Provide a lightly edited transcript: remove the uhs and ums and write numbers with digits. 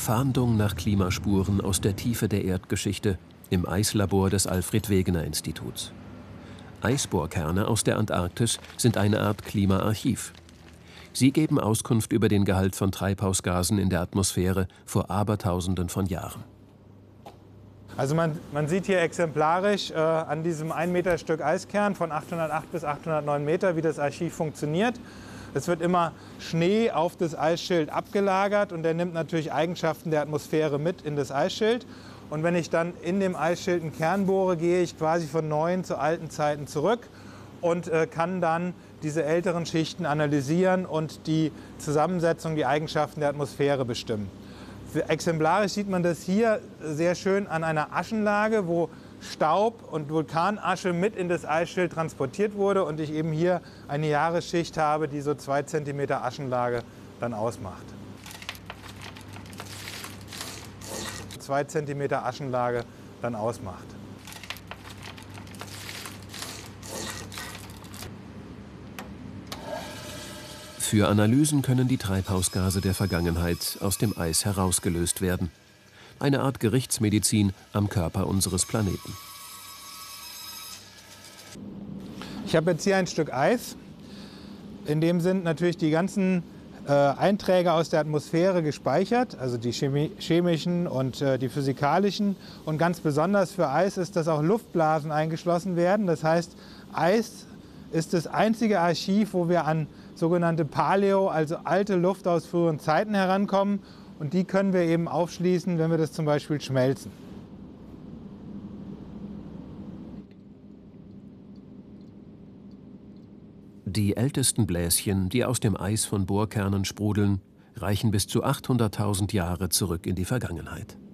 Fahndung nach Klimaspuren aus der Tiefe der Erdgeschichte im Eislabor des Alfred-Wegener-Instituts. Eisbohrkerne aus der Antarktis sind eine Art Klimaarchiv. Sie geben Auskunft über den Gehalt von Treibhausgasen in der Atmosphäre vor Abertausenden von Jahren. Also man sieht hier exemplarisch an diesem 1 Meter Stück Eiskern von 808 bis 809 Meter, wie das Archiv funktioniert. Es wird immer Schnee auf das Eisschild abgelagert und der nimmt natürlich Eigenschaften der Atmosphäre mit in das Eisschild. Und wenn ich dann in dem Eisschild einen Kern bohre, gehe ich quasi von neuen zu alten Zeiten zurück und kann dann diese älteren Schichten analysieren und die Zusammensetzung, die Eigenschaften der Atmosphäre bestimmen. Exemplarisch sieht man das hier sehr schön an einer Aschenlage, wo Staub und Vulkanasche mit in das Eisschild transportiert wurde und ich eben hier eine Jahresschicht habe, die so 2 cm Aschenlage dann ausmacht. 2 cm Aschenlage dann ausmacht. Für Analysen können die Treibhausgase der Vergangenheit aus dem Eis herausgelöst werden. Eine Art Gerichtsmedizin am Körper unseres Planeten. Ich habe jetzt hier ein Stück Eis. In dem sind natürlich die ganzen Einträge aus der Atmosphäre gespeichert, also die chemischen und die physikalischen. Und ganz besonders für Eis ist, dass auch Luftblasen eingeschlossen werden. Das heißt, Eis ist das einzige Archiv, wo wir an sogenannte Paleo, also alte Luft aus früheren Zeiten herankommen. Und die können wir eben aufschließen, wenn wir das zum Beispiel schmelzen. Die ältesten Bläschen, die aus dem Eis von Bohrkernen sprudeln, reichen bis zu 800.000 Jahre zurück in die Vergangenheit.